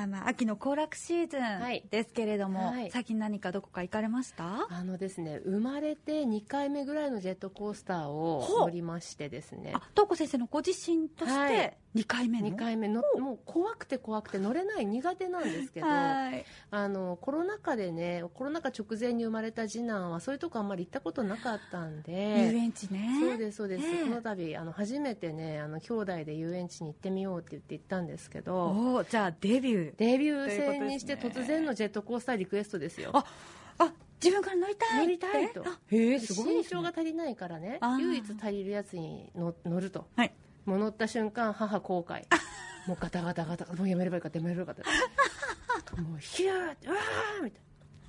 秋の行楽シーズンですけれども、最近何かどこか行かれました？ ですね、生まれて2回目ぐらいのジェットコースターを乗りましてですね。 東子先生のご自身として2回目の、 2回目のもう怖くて乗れない、苦手なんですけど、コロナ禍でね、コロナ禍直前に生まれた次男はそういうとこあんまり行ったことなかったんで。 遊園地ね。 そうですそうです、この度初めてね、兄弟で遊園地に行ってみようって言って行ったんですけど。 じゃあデビュー戦にして突然のジェットコースターリクエストですよ。 自分から乗りたいと。 すごい、 身長が足りないからね、唯一足りるやつに乗ると、もう乗った瞬間母後悔もうガタガタガタ、もうやめればよかったもうヒューってわーみた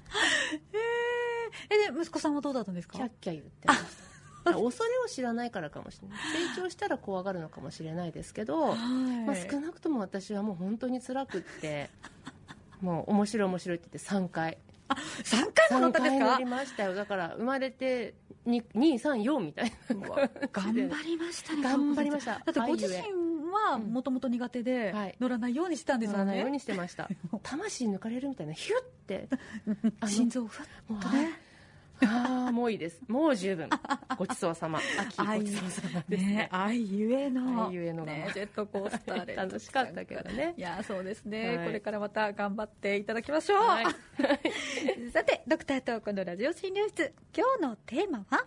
いな。 で息子さんはどうだったんですか？ キャッキャ言ってました恐れを知らないからかもしれない、成長したら怖がるのかもしれないですけど、少なくとも私はもう本当に辛くってもう面白いって言って3回 3回も乗ったんですか？ 3回乗りましたよ。だから生まれて2、3、4みたいな頑張りましたね。 頑張りました。 だってご自身はもともと苦手で乗らないようにしたんですよね。 乗らないようにしてました魂抜かれるみたいな、ヒュッて心臓ふっとね。 もういいです、もう十分ごちそうさま、秋ごちそうさまですね。 愛ゆえのジェットコースターで楽しかったけどね。 いやそうですね、これからまた頑張っていただきましょう。さてドクター東子のラジオ診療室、今日のテーマは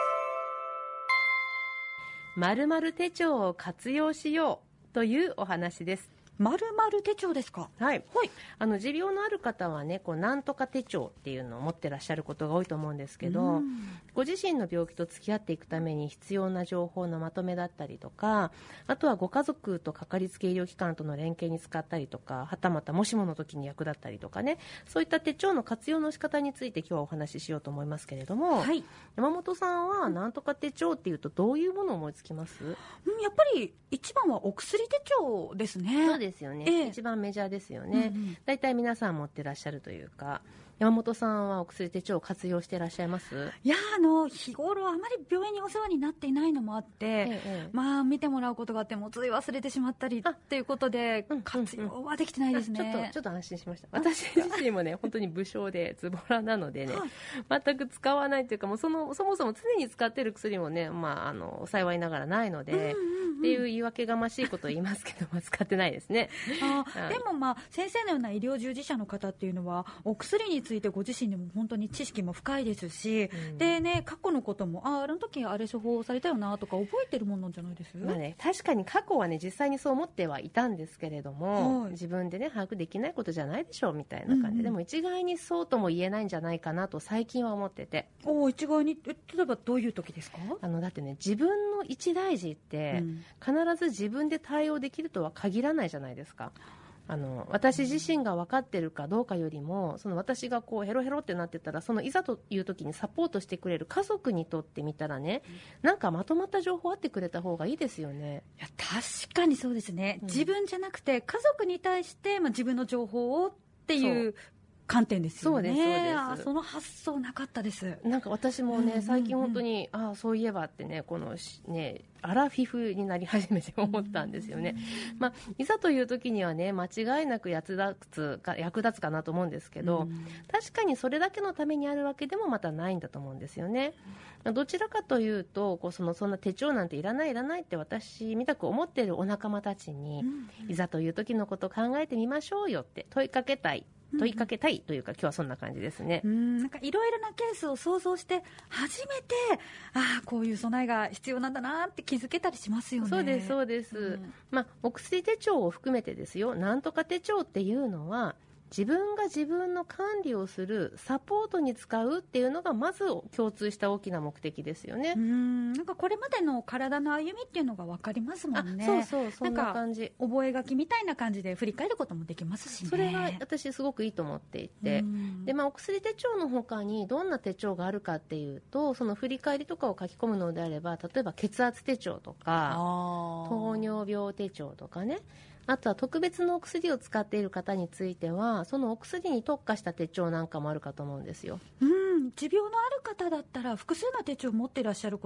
〇〇手帳を活用しようというお話です。 〇〇手帳ですか？ はい、持病のある方はね、なんとか手帳っていうのを持ってらっしゃることが多いと思うんですけど、ご自身の病気と付き合っていくために必要な情報のまとめだったりとか、あとはご家族とかかりつけ医療機関との連携に使ったりとか、はたまたもしもの時に役立ったりとかね、そういった手帳の活用の仕方について今日はお話ししようと思いますけれども、山本さんはなんとか手帳っていうとどういうものを思いつきます？ やっぱり一番はお薬手帳ですね。 そうですよね、一番メジャーですよね。だいたい皆さん持ってらっしゃるというか、山本さんはお薬手帳を活用していらっしゃいます？ いや日頃あまり病院にお世話になっていないのもあって、見てもらうことがあってもつい忘れてしまったりっていうことで活用はできてないですね。 ちょっと安心しました。私自身もね本当に無償でズボラなのでね、全く使わないというか、もうそもそも常に使っている薬もね、幸いながらないので、っていう言い訳がましいことを言いますけど、使ってないですね。 でも先生のような医療従事者の方っていうのはお薬についてご自身でも本当に知識も深いですし、でね、過去のこともあの時あれ処方されたよなとか覚えてるもんなんじゃないです？ 確かに過去はね実際にそう思ってはいたんですけれども、自分でね把握できないことじゃないでしょうみたいな感じで、でも一概にそうとも言えないんじゃないかなと最近は思ってて。 一概に例えばどういう時ですか？ だってね、自分の一大事って、必ず自分で対応できるとは限らないじゃないですか。私自身が分かってるかどうかよりも、その私がヘロヘロってなってたら、そのいざという時にサポートしてくれる家族にとってみたらね、なんかまとまった情報あってくれた方がいいですよね。 いや確かにそうですね、自分じゃなくて家族に対して、自分の情報をっていう観点ですよね。そうです。その発想なかったです。 なんか私もね、最近本当にそういえばってね、アラフィフになり始めて思ったんですよね。いざという時にはね、間違いなく役立つかなと思うんですけど、確かにそれだけのためにあるわけでもまたないんだと思うんですよね。どちらかというとそんな手帳なんていらないって私みたく思っているお仲間たちに、いざという時のことを考えてみましょうよって問いかけたいというか、今日はそんな感じですね。 なんかいろいろなケースを想像して初めてこういう備えが必要なんだなって気づけたりしますよね。 そうです、お薬手帳を含めてですよ、なんとか手帳っていうのは自分が自分の管理をするサポートに使うっていうのがまず共通した大きな目的ですよね。 なんかこれまでの体の歩みっていうのが分かりますもんね。 そんな感じ。 覚書きみたいな感じで振り返ることもできますしね。 それが私すごくいいと思っていて、でお薬手帳の他にどんな手帳があるかっていうと、その振り返りとかを書き込むのであれば、例えば血圧手帳とか糖尿病手帳とかね、あとは特別のお薬を使っている方についてはそのお薬に特化した手帳なんかもあるかと思うんですよ。 持病のある方だったら複数の手帳を持っていらっしゃるこ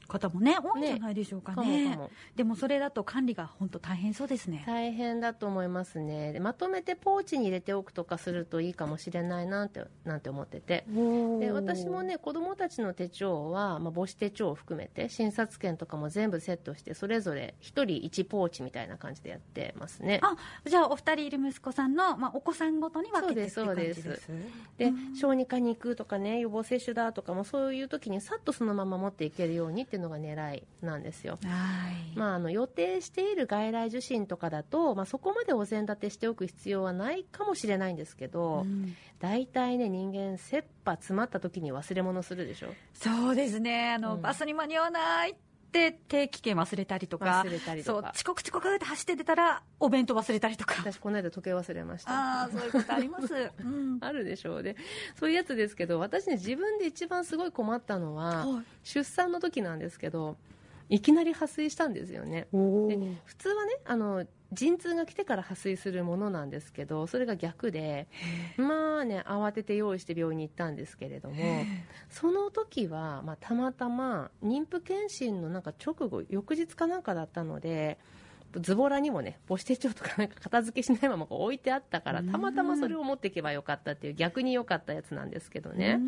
方もね多いんじゃないでしょうかね。 かもでもそれだと管理が本当大変そうですね。 大変だと思いますね。でまとめてポーチに入れておくとかするといいかもしれないなんて思ってて、で私もね子どもたちの手帳は、母子手帳を含めて診察券とかも全部セットしてそれぞれ1人1ポーチみたいな感じでやってますね。 じゃあお二人いる息子さんの、お子さんごとに分けてっていう感じです。 そうです。で小児科に行くとかね予防接種だとかもそういう時にさっとそのまま持っていけるようにっていうのが狙いなんですよ。予定している外来受診とかだと、そこまでお膳立てしておく必要はないかもしれないんですけど、大体ね人間切羽詰まった時に忘れ物するでしょ。 そうですね。バスに間に合わないって定期券忘れたりとか、そう遅刻って走って出たらお弁当忘れたりとか。 私この間時計忘れました。 そういうことあります、 あるでしょうね。そういうやつですけど、私ね自分で一番すごい困ったのは、出産の時なんですけどいきなり破水したんですよね。で普通はね陣痛が来てから破水するものなんですけど、それが逆で慌てて用意して病院に行ったんですけれども、その時は、たまたま妊婦検診の直後翌日かなんかだったのでズボラにもね母子手帳とか片付けしないまま置いてあったから、たまたまそれを持っていけばよかったっていう逆に良かったやつなんですけどね。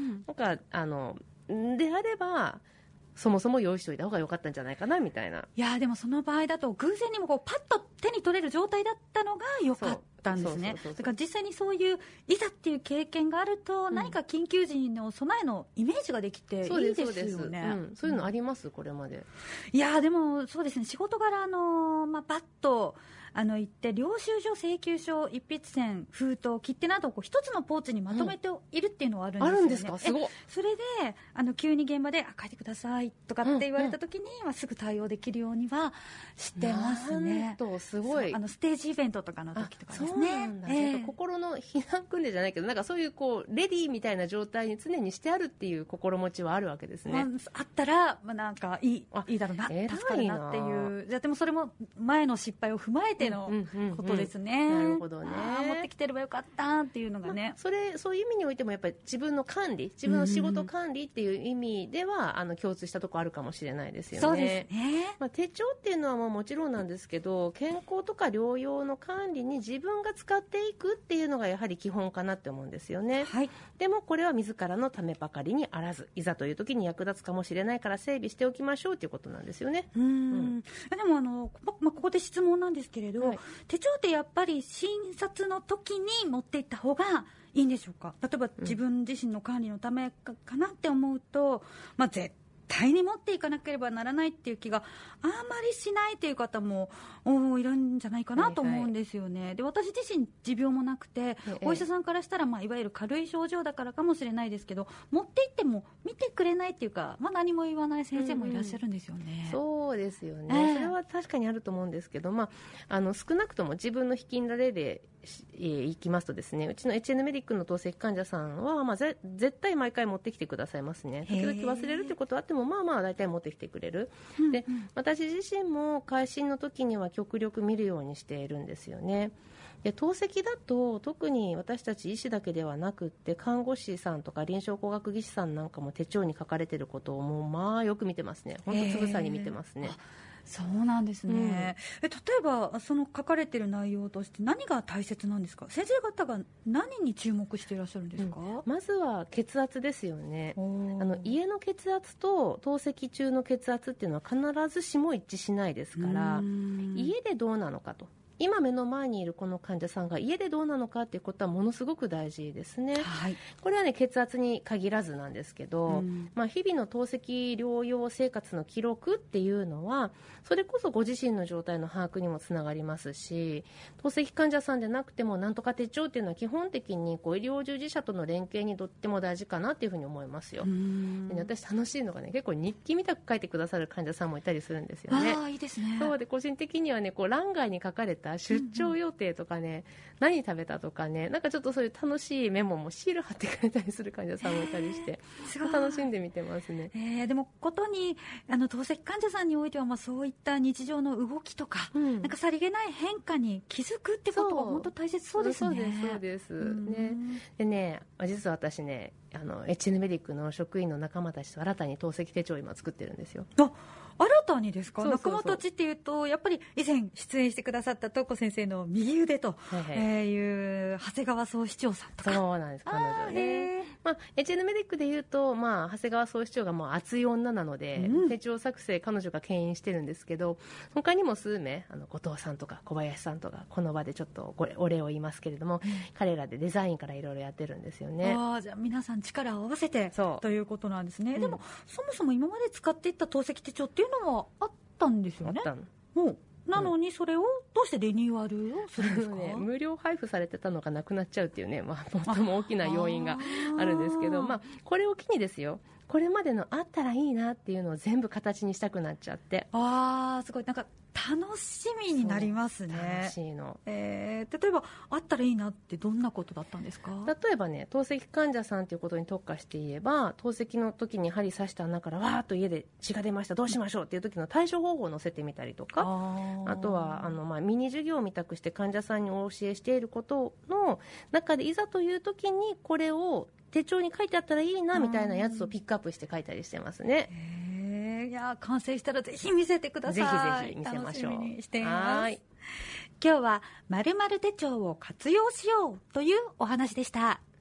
であればそもそも用意しておいた方が良かったんじゃないかなみたいな。 いやでもその場合だと偶然にもパッと手に取れる状態だったのが良かったんですね。だから実際にそういういざっていう経験があると、何か緊急時の備えのイメージができていいですよね。 そういうのあります、これまで。 いやでもそうですね、仕事柄バッと行って領収書、請求書、一筆箋、封筒、切手などを一つのポーチにまとめているっていうのはあるんですよね。 あるんですか？すごい。 それで急に現場で書いてくださいとかって言われた時に、すぐ対応できるようにはしてますね。 すごい。 ステージイベントとかの時とかですね。 心の避難訓練じゃないけど、そういうレディーみたいな状態に常にしてあるっていう心持ちはあるわけですね。 あったらいいだろうな、助かるなっていう。でもそれも前の失敗を踏まえてのことですね。 なるほどね。 持ってきてればよかったっていうのがね。 そういう意味においてもやっぱり自分の管理、自分の仕事管理っていう意味では共通したところあるかもしれないですよね。 そうですね。 手帳っていうのはもちろんなんですけど、健康とか療養の管理に自分が使っていくっていうのがやはり基本かなって思うんですよね。でもこれは自らのためばかりにあらず、いざという時に役立つかもしれないから整備しておきましょうということなんですよね。 でもここで質問なんですけれど、手帳ってやっぱり診察の時に持っていった方がいいんでしょうか。例えば自分自身の管理のためかなって思うと、絶対に持っていかなければならないっていう気があんまりしないという方もいるんじゃないかなと思うんですよね。で私自身持病もなくて、お医者さんからしたら、いわゆる軽い症状だからかもしれないですけど、持って行っても見てくれないっていうか、何も言わない先生もいらっしゃるんですよね。 そうですよね、それは確かにあると思うんですけど、少なくとも自分の引きんだ例でいきますとですね、うちの HN メディックの透析患者さんは、絶対毎回持ってきてくださいますね。時々忘れるってことはあっても大体持ってきてくれる。で私自身も回診の時には極力見るようにしているんですよね。で透析だと特に私たち医師だけではなくって看護師さんとか臨床工学技士さんなんかも手帳に書かれていることをよく見てますね。本当つぶさに見てますね。 そうなんですね。例えばその書かれている内容として何が大切なんですか。先生方が何に注目していらっしゃるんですか。 まずは血圧ですよね。家の血圧と透析中の血圧っていうのは必ずしも一致しないですから、家でどうなのかと、今目の前にいるこの患者さんが家でどうなのかっていうことはものすごく大事ですね。これはね血圧に限らずなんですけど、日々の透析療養生活の記録っていうのはそれこそご自身の状態の把握にもつながりますし、透析患者さんでなくてもなんとか手帳っていうのは基本的に医療従事者との連携にとっても大事かなっていうふうに思いますよ。で私楽しいのがね、結構日記みたく書いてくださる患者さんもいたりするんですよね。 いいですね。 そうで個人的にはね欄外に書かれたた出張予定とかね、何食べたとかね、なんかちょっとそういう楽しいメモもシール貼ってくれたりする患者さんもいたりして楽しんで見てますね。 でもことに透析患者さんにおいては、そういった日常の動きとか、なんかさりげない変化に気づくってことは本当大切そうですね。 そうですね。でね、実は私ね、HN メディックの職員の仲間たちと新たに透析手帳を今作ってるんですよ。 新たにですか？仲間たちっていうと、やっぱり以前出演してくださった東子先生の右腕という長谷川総市長さんとか。 そうなんです、彼女ね。HN メディックでいうと、長谷川総市長がもう熱い女なので、手帳作成彼女が牽引してるんですけど、他にも数名後藤さんとか小林さんとかこの場でちょっとお礼を言いますけれども、彼らでデザインからいろいろやってるんですよね。 じゃあ皆さん力を合わせてということなんですね。でもそもそも今まで使っていった透析手帳っていうのはあったんですよね。 あったの。 なのにそれをどうしてリニューアルをするんですか？ 無料配布されてたのがなくなっちゃうっていうね、最も大きな要因があるんですけど、これを機にですよ、これまでのあったらいいなっていうのを全部形にしたくなっちゃって。 すごい、なんか楽しみになりますね。 楽しいの。 例えばあったらいいなってどんなことだったんですか？ 例えばね、透析患者さんということに特化して言えば、透析の時に針刺した穴からわーっと家で血が出ました、どうしましょうっていう時の対処方法を載せてみたりとか、あとはミニ授業を見たくして患者さんにお教えしていることの中で、いざという時にこれを手帳に書いてあったらいいなみたいなやつをピックアップして書いたりしてますね。 いや、完成したらぜひ見せてください。 ぜひぜひ見せましょう。 楽しみにしています。今日は〇〇手帳を活用しようというお話でした。